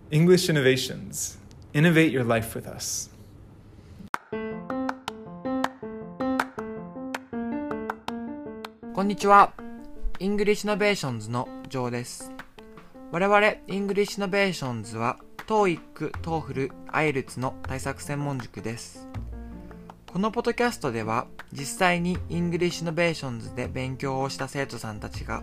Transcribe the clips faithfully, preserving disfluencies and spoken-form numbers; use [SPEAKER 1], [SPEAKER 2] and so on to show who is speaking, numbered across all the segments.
[SPEAKER 1] English Innovations. Innovate your life with us.
[SPEAKER 2] こんにちは。English Innovations のジョーです。我々 English Innovations は トーイック、トーフル、アイエルツ の対策専門塾です。このポッドキャストでは実際に English Innovations で勉強をした生徒さんたちが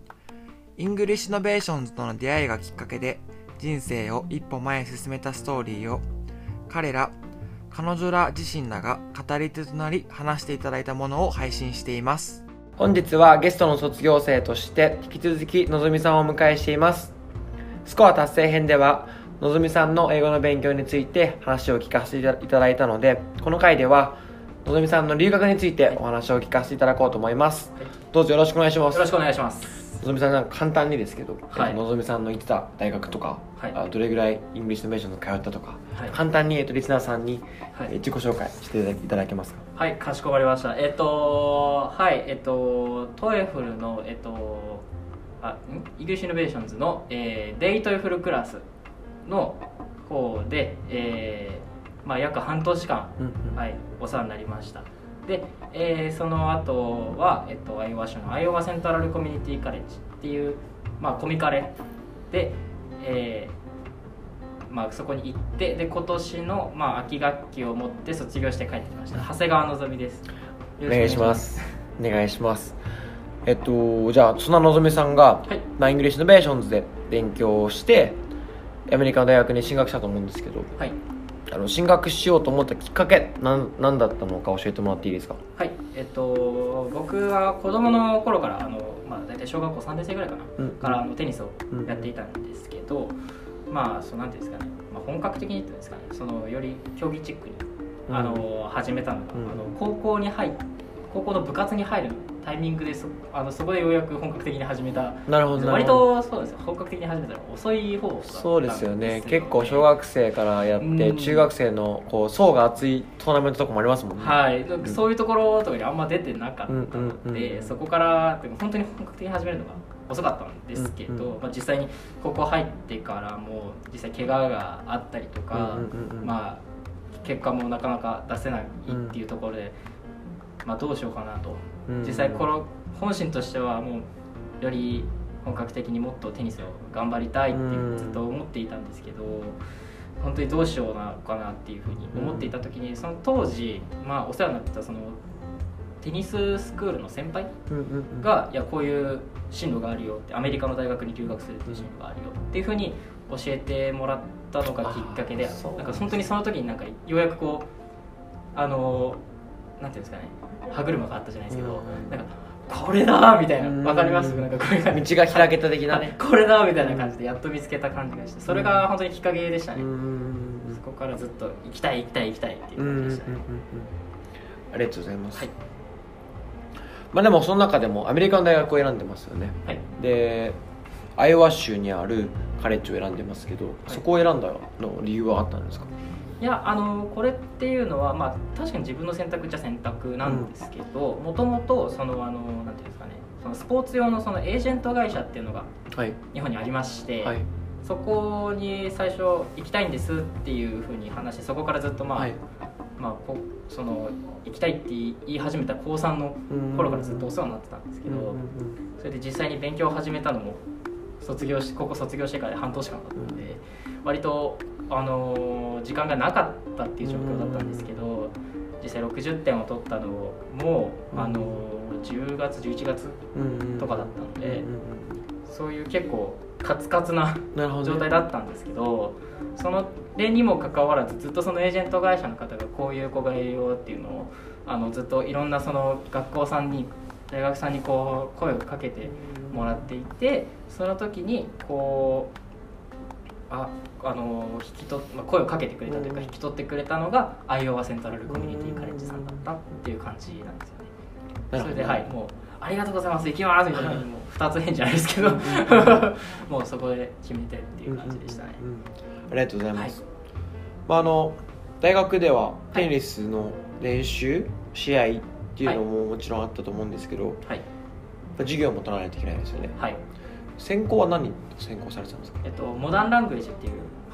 [SPEAKER 2] English Innovations との出会いがきっかけで人生を一歩前へ進めたストーリーを彼ら、彼女ら自身らが語り手となり話していただいたものを配信しています。
[SPEAKER 3] 本日はゲストの卒業生として引き続きのぞみさんをお迎えしています。スコア達成編ではのぞみさんの英語の勉強について話を聞かせていただいたので、この回ではのぞみさんの留学についてお話を聞かせていただこうと思います。はい、どうぞよろしくお願いします。
[SPEAKER 4] よろしくお願いします。
[SPEAKER 3] のぞみさん、なんか簡単にですけど、
[SPEAKER 4] はい、
[SPEAKER 3] のぞみさんの行ってた大学とか、はい、あどれぐらいイングリッシュイノベーションに通ったとか、はい、簡単に、えっと、リスナーさんに、はい、自己紹介していただけますか。
[SPEAKER 4] はい、かしこまりました。えっとはいえっとトエフルのえっとあイングリッシュイノベーションズの、えー、デイトエフルクラスの方で、えーまあ、約半年間、うんうん、はい、お世話になりました。で、えー、その後は、えっと、アイオワ州のアイオワセントラルコミュニティカレッジっていう、まあ、コミカレで、えーまあ、そこに行ってで今年の、まあ、秋学期を持って卒業して帰ってきました。長谷川のぞみです。
[SPEAKER 3] お願いします。お願いします。えっとじゃあそんなのぞみさんが、はい、まあ、イングリッシュイノベーションズで勉強してアメリカの大学に進学したと思うんですけど、はい、あの進学しようと思ったきっかけなん何だったのか教えてもらっていいですか。
[SPEAKER 4] はい、えっと僕は子供の頃からあの、まあ、大体小学校さんねん生ぐらいかな、うん、からあのテニスをやっていたんですけど、うん、まあそうなんていうんですかね、まあ、本格的にっていうんですかね、そのより競技チックにあの、うん、始めたのが、うん、あの高校に入高校の部活に入るタイミングで そ, あのそこでようやく本格的に始めた。
[SPEAKER 3] なるほど。
[SPEAKER 4] 割とそうですよ、本格的に始めたら遅い方だったんですよね。
[SPEAKER 3] そうですよね。結構小学生からやって、うん、中学生のこう層が厚いトーナメントとかもありますもんね。
[SPEAKER 4] はい、うん、そういうところとかにあんま出てなかったので、うんうんうん、そこから本当に本格的に始めるのが遅かったんですけど、うんうん、まあ、実際に高校入ってからも実際怪我があったりとか、うんうんうん、まあ結果もなかなか出せないっていうところで、うん、まあ、どうしようかなと、うんうん、実際この本心としてはもうより本格的にもっとテニスを頑張りたいってずっと思っていたんですけど、本当にどうしようなのかなっていうふうに思っていた時に、その当時、まあ、お世話になってたそのテニススクールの先輩が、いやこういう進路があるよって、アメリカの大学に留学するっていう進路があるよっていうふうに教えてもらったのがきっかけで、なんか本当にその時になんかようやくこうあのなんていうんですかね、歯車があったじゃないですけど、なんかこれだみたいな、わかります？なんかこれが
[SPEAKER 3] 道が開けた的な、
[SPEAKER 4] これだみたいな感じでやっと見つけた感じがして、それが本当にきっかけでしたね。そこからずっと行きたい行きたい行きたいっていう感じでしたね。
[SPEAKER 3] ありがとうございます。はい、まあ、でもその中でもアメリカの大学を選んでますよね。はい、でアイオワ州にあるカレッジを選んでますけど、はい、そこを選んだの理由はあったんですか。
[SPEAKER 4] いや、あのこれっていうのは、まあ、確かに自分の選択っちゃ選択なんですけど、もともとそのあのなんていうんですかね、そのスポーツ用のそのエージェント会社っていうのが日本にありまして、はい、そこに最初行きたいんですっていうふうに話して、そこからずっとまあ、はい、まあ、こその行きたいって言い始めた高さんの頃からずっとお世話になってたんですけど、それで実際に勉強を始めたのも卒業し高校卒業してから半年間だったので、割とあの時間がなかったっていう状況だったんですけど、実際ろくじゅってんを取ったのもあのじゅうがつじゅういちがつとかだったので、そういう結構カツカツな状態だったんですけど、その例にもかかわらずずっとそのエージェント会社の方がこういう子がいるよっていうのをあのずっといろんなその学校さんに大学さんにこう声をかけてもらっていて、その時にこうああの引き取、まあ、声をかけてくれたというか引き取ってくれたのがアイオワセントラルコミュニティカレッジさんだったっていう感じなんですよね。それで、はい、もうありがとうございます行きますみたいな感じでもうふたつ返事じゃないですけどもうそこで決めてっていう感じでしたね。
[SPEAKER 3] うんうんうん、ありがとうございます。はい、まあ、あの大学ではテニスの練習、はい、試合っていうのももちろんあったと思うんですけど、はい、授業も取らないといけないですよね。はい、専攻は何専攻されてたんですか。
[SPEAKER 4] えっと、モダンラングエージっていう、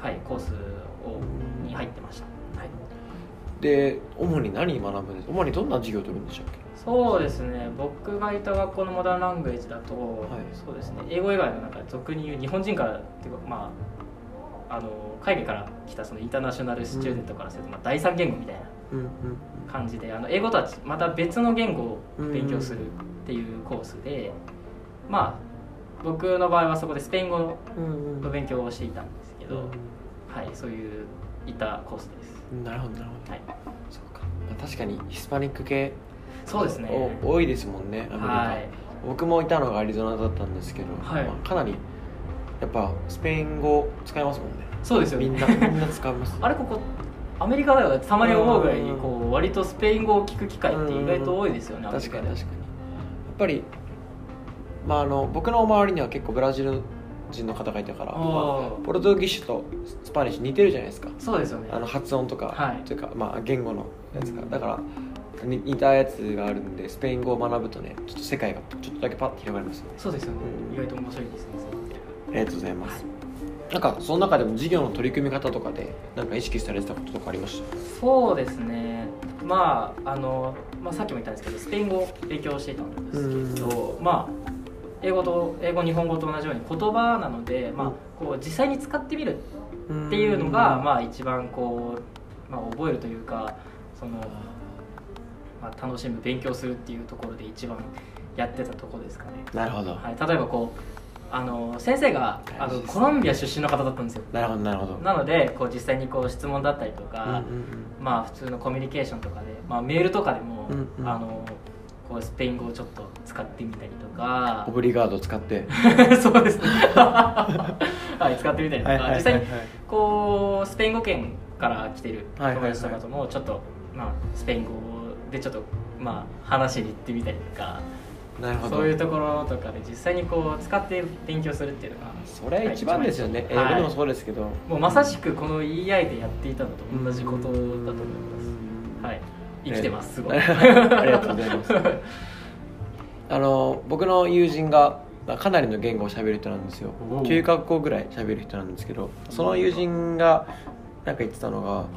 [SPEAKER 4] はい、コースをに入ってました。はい、
[SPEAKER 3] で主に何学ぶんですか？主にどんな授業を取るんでしたっけ？
[SPEAKER 4] そうですね、僕がいた学校のモダンラングエージだと、はい、そうですね、英語以外のなんか俗に言う日本人からっていうか、まあ、あの海外から来たそのインターナショナルスチューデントからすると、まあ、第三言語みたいな感じで、あの英語とはまた別の言語を勉強するっていうコースで、まあ僕の場合はそこでスペイン語の勉強をしていたんですけど、はい、そういういったコースです。
[SPEAKER 3] なるほどなるほど、
[SPEAKER 4] はい、
[SPEAKER 3] そうか、まあ、確かにヒスパニック系
[SPEAKER 4] そうですね、
[SPEAKER 3] 多いですもんね、アメリカ、はい、僕もいたのがアリゾナだったんですけど、はい、まあ、かなりやっぱスペイン語使いますもんね。
[SPEAKER 4] そうですよね、
[SPEAKER 3] みんなみんな使います
[SPEAKER 4] あれここアメリカではたまに思うぐらいにこう割とスペイン語を聞く機会って意外と多いですよね。
[SPEAKER 3] 確かに確かに。やっぱり、まあ、あの僕の周りには結構ブラジル人の方がいたから、まあ、ポルトギッシュとスパニッシュ似てるじゃないですか。
[SPEAKER 4] そうですよね、
[SPEAKER 3] あの発音とか、はい、というか、まあ、言語のやつが、だから似たやつがあるんで、スペイン語を学ぶとね、ちょっと世界がちょっとだけパッと広がりますよね。
[SPEAKER 4] そうですよね、うん、意外と面白いですね。
[SPEAKER 3] ありがとうございます、はい、なんかその中でも授業の取り組み方とかでなんか意識されてたこととかありました？
[SPEAKER 4] そうですね、まああの、まあ、さっきも言ったんですけどスペイン語を勉強していたんですけど、まあ英語と英語日本語と同じように言葉なので、まあ、こう実際に使ってみるっていうのが、まあ、一番こう、まあ、覚えるというかその、まあ、楽しむ勉強するっていうところで一番やってたところですかね。
[SPEAKER 3] なるほど、
[SPEAKER 4] はい、例えばこうあの先生があのコロンビア出身の方だったんですよ。
[SPEAKER 3] なるほどなるほど。
[SPEAKER 4] なのでこう実際にこう質問だったりとか、うんうんうん、まあ、普通のコミュニケーションとかで、まあ、メールとかでも、うんうん、あのこうスペイン語をちょっと使ってみたりとか、
[SPEAKER 3] オブリガードを使って
[SPEAKER 4] そうですねはい、使ってみたりとか、はいはいはいはい、実際にこうスペイン語圏から来てる友達とかともちょっと、まあ、スペイン語でちょっと、まあ、話しに行ってみたりとか、
[SPEAKER 3] なるほど、
[SPEAKER 4] そういうところとかで実際にこう使って勉強するっていうのが
[SPEAKER 3] それは一番ですよね、はい、英語でもそうですけど、
[SPEAKER 4] もうまさしくこの イーアイ でやっていたのと同じことだと思います。はい、生きてますすごいあ
[SPEAKER 3] りがとうございますあの僕の友人がかなりの言語を喋る人なんですよ。きゅうカ国語ぐらい喋る人なんですけど、その友人がなんか言ってたのが、はい、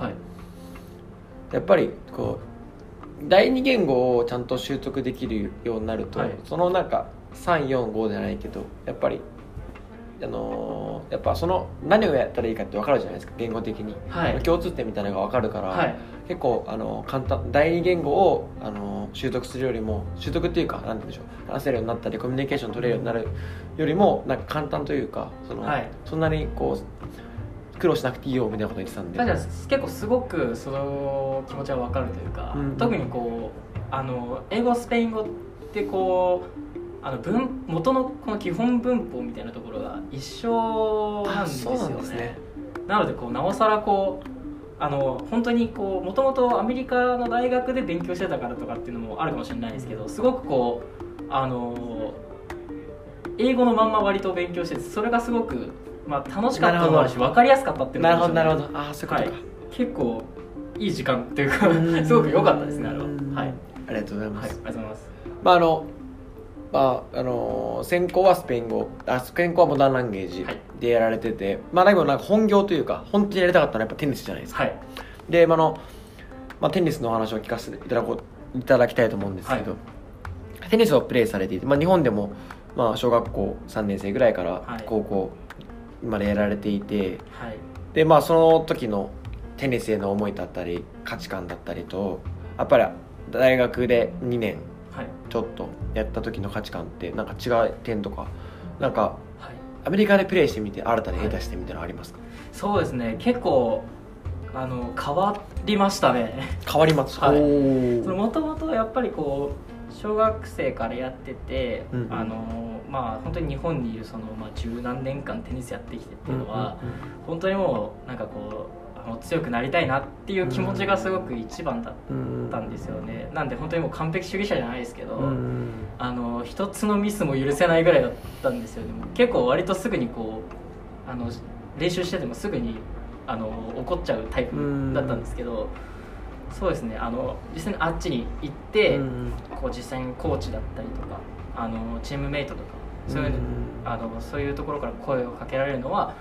[SPEAKER 3] やっぱりこう第二言語をちゃんと習得できるようになると、はい、そのなんかさん、よん、ごじゃないけどやっぱりあのー、やっぱその何をやったらいいかって分かるじゃないですか、言語的に、はい、共通点みたいなのが分かるから、はい、結構あの簡単第二言語をあの習得するよりも習得っていうかなんて言うんでしょう、話せるようになったりコミュニケーション取れるようになるよりもなんか簡単というかその、はい、そんなにこう苦労しなくていいよみたいなこと言ってたんで、
[SPEAKER 4] 結構すごくその気持ちは分かるというか、うん、特にこうあの英語スペイン語ってこうあの文元のこの基本文法みたいなところが一緒なんですよ ね, そうなんですね。なのでこうなおさらこうあの本当にこうもともとアメリカの大学で勉強してたからとかっていうのもあるかもしれないですけど、すごくこうあの英語のまんま割と勉強してて、それがすごく、まあ、楽しかったのもあるし分かりやすかったっていうのもあるし、
[SPEAKER 3] なるほどなるほど、ああそういうことか、
[SPEAKER 4] はい、結構いい時間っていうかすごく良かったですねあれは。はい、
[SPEAKER 3] ありがとうございます。
[SPEAKER 4] はい、ありがとうございます。
[SPEAKER 3] まああのまああの専攻はスペイン語、あ専攻はモダンランゲージでやられてて、はい、まあでもなんか本業というか本当にやりたかったのはやっぱテニスじゃないですか。はい、で、まあのまあ、テニスのお話を聞かせていただこういただきたいと思うんですけど、はい、テニスをプレーされていて、まあ、日本でもまあ小学校さんねん生ぐらいから高校までやられていて、はい、でまあその時のテニスへの思いだったり価値観だったりと、やっぱり大学でにねんちょっとやった時の価値観ってなんか違う点とかなんか、はい、アメリカでプレーしてみて新たに得た視点みたいなのありますか？はい、
[SPEAKER 4] そうですね、結構あの変わりましたね。
[SPEAKER 3] 変わります。はい、
[SPEAKER 4] もともとやっぱりこう小学生からやってて、うんうん、あのまあ本当に日本にいるそのまあ十何年間テニスやってきてっていうのは、うんうんうん、本当にもうなんかこう強くなりたいなっていう気持ちがすごく一番だったんですよね。なんで本当にもう完璧主義者じゃないですけど、あの一つのミスも許せないぐらいだったんですよね。結構割とすぐにこうあの練習しててもすぐにあの怒っちゃうタイプだったんですけど、そうですね、あの実際にあっちに行ってこう実際にコーチだったりとかあのチームメイトとかそういうあのそういうところから声をかけられるのは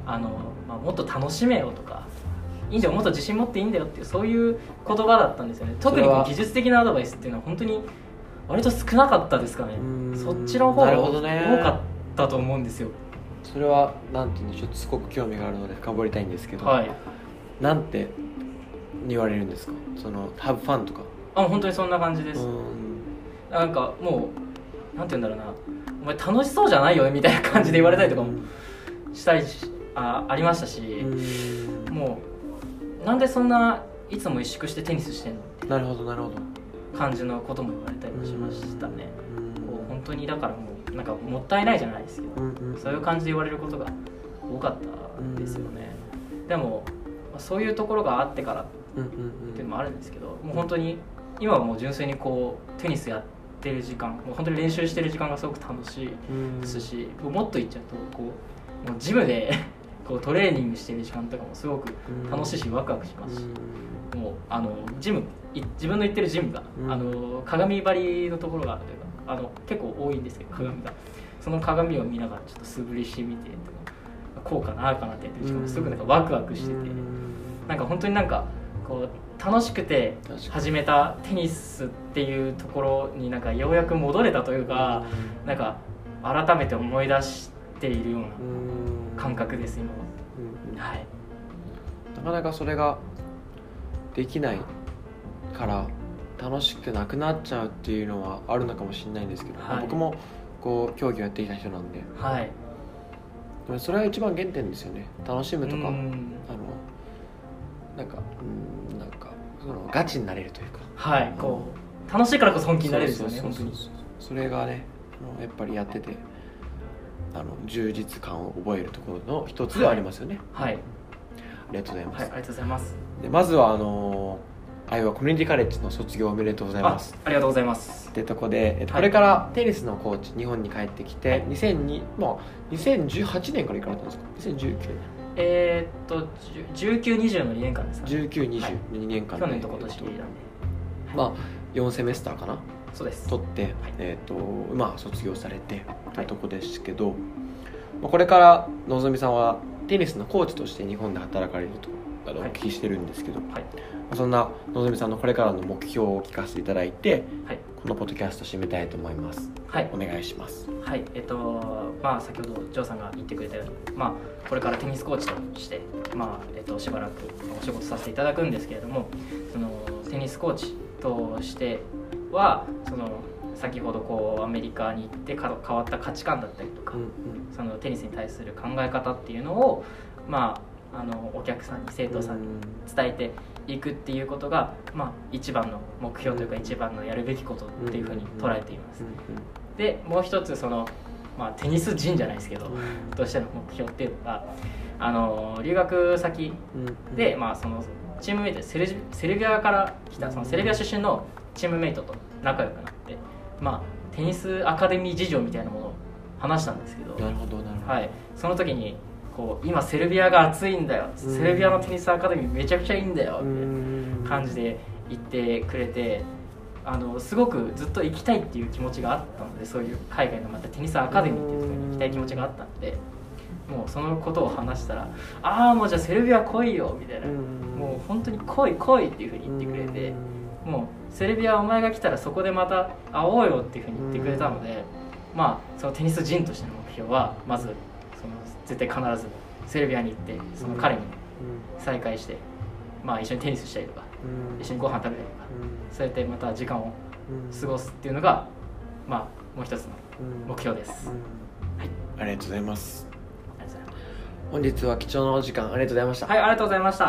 [SPEAKER 4] あの、まあ、もっと楽しめよとかいいんだよもっと自信持っていいんだよっていうそういう言葉だったんですよね。特に技術的なアドバイスっていうのは本当に割と少なかったですかね。そっちの方が多かったと思うんですよ。
[SPEAKER 3] それはなんていうんでしょう、すごく興味があるので深掘りたいんですけど、
[SPEAKER 4] はい、なん
[SPEAKER 3] て言われるんですか？そのHave funとか。
[SPEAKER 4] あ、本当にそんな感じです。なんかもうなんて言うんだろうな、お前楽しそうじゃないよみたいな感じで言われたりとかもしたりし あ, ありましたし、もうなんでそんないつも萎縮してテニスしてんのって
[SPEAKER 3] なるほどなるほど
[SPEAKER 4] 感じのことも言われたりもしましたね。こう本当にだからもうなんかもったいないじゃないですけど、そういう感じで言われることが多かったんですよね。でもそういうところがあってからっていうのもあるんですけど、もう本当に今はもう純粋にこうテニスやってる時間、もう本当に練習してる時間がすごく楽しいですし、もっと言っちゃうとこうもうジムでこうトレーニングしてる時間とかもすごく楽しいしワクワクしますし、もうあのジム自分の行ってるジムが、うん、あの鏡張りのところがあるというか、あの結構多いんですけど鏡が、その鏡を見ながらちょっと素振りしてみてこうかなああかなってやってる時間すごくなんかワクワクしてて、なんか本当になんかこう楽しくて始めたテニスっていうところになんかようやく戻れたというか、なんか改めて思い出しているような感覚です今は。はい、
[SPEAKER 3] なかなかそれができないから楽しくなくなっちゃうっていうのはあるのかもしれないんですけど、はい、僕もこう競技をやってきた人なんで、
[SPEAKER 4] はい、
[SPEAKER 3] でもそれは一番原点ですよね。楽しむとか、あのなんかうんなんかそのガチになれるというか、
[SPEAKER 4] はい、こう楽しいからこそ本気になれるんですよね。本当に
[SPEAKER 3] それがねやっぱりやっててあの充実感を覚えるところの一つではありますよね。
[SPEAKER 4] はい、はい、
[SPEAKER 3] ありがとうございます。
[SPEAKER 4] はい、ありがとうございます。
[SPEAKER 3] でまずはあのアイオワコミュニティカレッジの卒業おめでとうございます。
[SPEAKER 4] あ, ありがとうございます。
[SPEAKER 3] でとこで、えっと、これからテニスのコーチ日本に帰ってきて、はい、にせんに、まあ、にせんじゅうはちねんから行かれたんですか？にせんじゅうきゅうねん
[SPEAKER 4] えー、っとじゅうきゅう、にじゅうのにねんかんですかね。
[SPEAKER 3] じゅうきゅう、にじゅうのにねんかんで、
[SPEAKER 4] はい、去年と今年なんで、
[SPEAKER 3] まあよんセメスターかな。
[SPEAKER 4] そうです。
[SPEAKER 3] 取って、はい、えー、っとまあ卒業されてというとこですけど、はい、まあ、これからのぞみさんはテニスのコーチとして日本で働かれるとあの、はい、お聞きしてるんですけど、はい、そんなのぞみさんのこれからの目標を聞かせていただいて、はい、このポッドキャスト締めたいと思います。はい、お願いします。
[SPEAKER 4] はい、えっとまあ先ほどジョーさんが言ってくれたように、まあこれからテニスコーチとしてまあえっとしばらくお仕事させていただくんですけれども、そのテニスコーチとしてはその先ほどこうアメリカに行ってか変わった価値観だったりとか、うんうん、そのテニスに対する考え方っていうのをまああのお客さんに生徒さんに伝えていくっていうことが、まあ、一番の目標というか一番のやるべきことっていうふうに捉えています。でもう一つその、まあ、テニス人じゃないですけどとしての目標っていうのがあの留学先で、まあ、そのチームメイトでセル、セルビアから来たそのセルビア出身のチームメイトと仲良くなって、まあ、テニスアカデミー事情みたいなものを話したんですけど、
[SPEAKER 3] なるほどなるほど、
[SPEAKER 4] はい、その時にこう今セルビアが熱いんだよ、セルビアのテニスアカデミーめちゃくちゃいいんだよって感じで言ってくれて、あのすごくずっと行きたいっていう気持ちがあったので、そういう海外のまたテニスアカデミーっていうところに行きたい気持ちがあったので、もうそのことを話したら、ああもうじゃあセルビア来いよみたいな、もう本当に来い来いっていうふうに言ってくれて、もうセルビアお前が来たらそこでまた会おうよっていうふうに言ってくれたので、まあそのテニス人としての目標はまずその絶対必ずセルビアに行ってその彼に再会して、まあ一緒にテニスしたりとか、一緒にご飯食べたりとか、そうやってまた時間を過ごすっていうのがまあもう一つの目標です。
[SPEAKER 3] はい、ありがとうございます。本日は貴重なお時間ありがとうございました。
[SPEAKER 4] はい、ありがとうございました。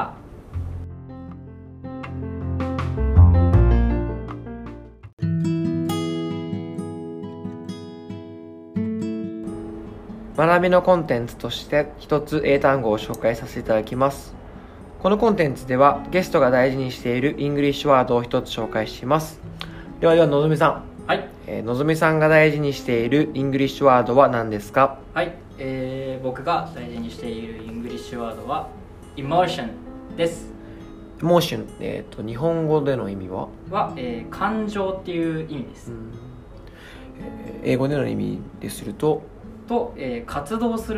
[SPEAKER 3] 学びのコンテンツとして一つ英単語を紹介させていただきます。このコンテンツではゲストが大事にしているイングリッシュワードを一つ紹介します。ではではのぞみさん、
[SPEAKER 4] はい、
[SPEAKER 3] えー、のぞみさんが大事にしているイングリッシュワードは何ですか？
[SPEAKER 4] はい、えー、僕が大事にしているイングリッシュワードは emotion です。
[SPEAKER 3] エモーション、えーと、日本語での意味は
[SPEAKER 4] は、えー、感情っていう意味です。
[SPEAKER 3] うん、えー、英語での意味ですると
[SPEAKER 4] と、えー、活動する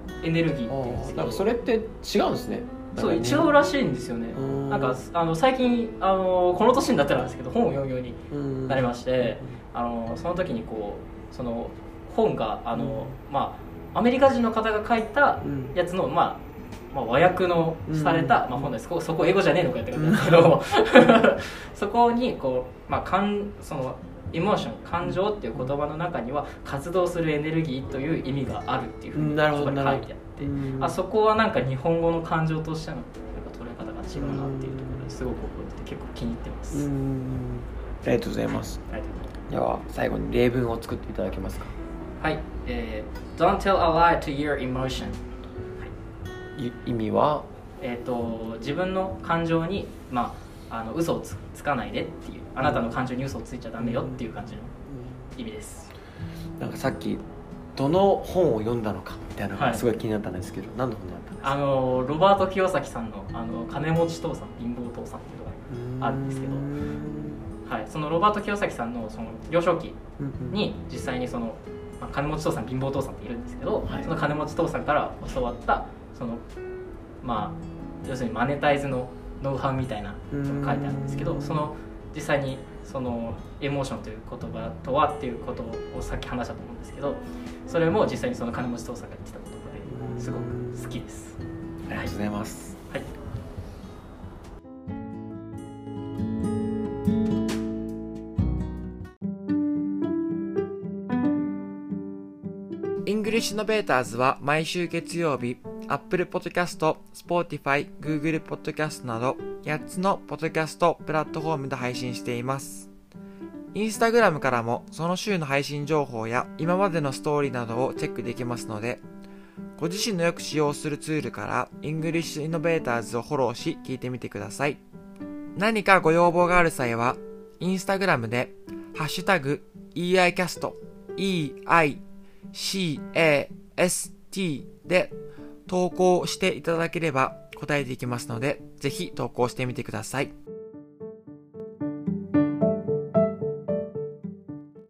[SPEAKER 4] エネルギーっていうんですけど、
[SPEAKER 3] なんかそれって違うんですね。
[SPEAKER 4] そう違うらしいんですよね。なんかあの最近あのこの年になってなんですけど本を読むようになりまして、あのその時にこうその本があの、まあアメリカ人の方が書いたやつの、まあ、まあ和訳のされた、まあ、本です。そこ英語じゃねえのかやって書いてあるんですけどそこにこう、まあ、かんそのエモーション感情っていう言葉の中には活動するエネルギーという意味があるっていうふうにそこに書いてあって、あそこはなんか日本語の感情としてのなんか捉え方が違うなっていうところですごく覚えてて結構気に入ってます。
[SPEAKER 3] うん、ありがとうございます。では最後に例文を作っていただけますか。
[SPEAKER 4] はい、えー、Don't tell a lie to your emotion、はい、
[SPEAKER 3] 意味は、
[SPEAKER 4] えー、と自分の感情に、まあ、あの嘘を つ, つかないでっていう、あなたの感情に嘘をついちゃダメよっていう感じの意味です。
[SPEAKER 3] なんかさっきどの本を読んだのかみたいなのがすごい気になったんですけど、はい、何の本だったんですか。
[SPEAKER 4] あのロバート清崎さんの「あの金持ち父さん貧乏父さん」っていうのがあるんですけど、はい、そのロバート清崎さんのその幼少期に実際にその、まあ、金持ち父さん貧乏父さんっているんですけど、はい、その金持ち父さんから教わったその、まあ、要するにマネタイズのノウハウみたいなのが書いてあるんですけど、その実際にそのエモーションという言葉とはっていうことをさっき話したと思うんですけど、それも実際にその金持ち父さんが言ってたことですごく好きです。
[SPEAKER 3] ありがとうございます。
[SPEAKER 4] はい、
[SPEAKER 2] イングリッシュノベーターズは毎週月曜日、Apple Podcast、Spotify、Google Podcast などやっつのポッドキャストプラットフォームで配信しています。インスタグラムからもその週の配信情報や今までのストーリーなどをチェックできますので、ご自身のよく使用するツールからイングリッシュイノベーターズをフォローし聞いてみてください。何かご要望がある際は、インスタグラムでハッシュタグ イーアイキャスト イーアイシーエーエスティー で投稿していただければ答えていきますので、ぜひ投稿してみてください。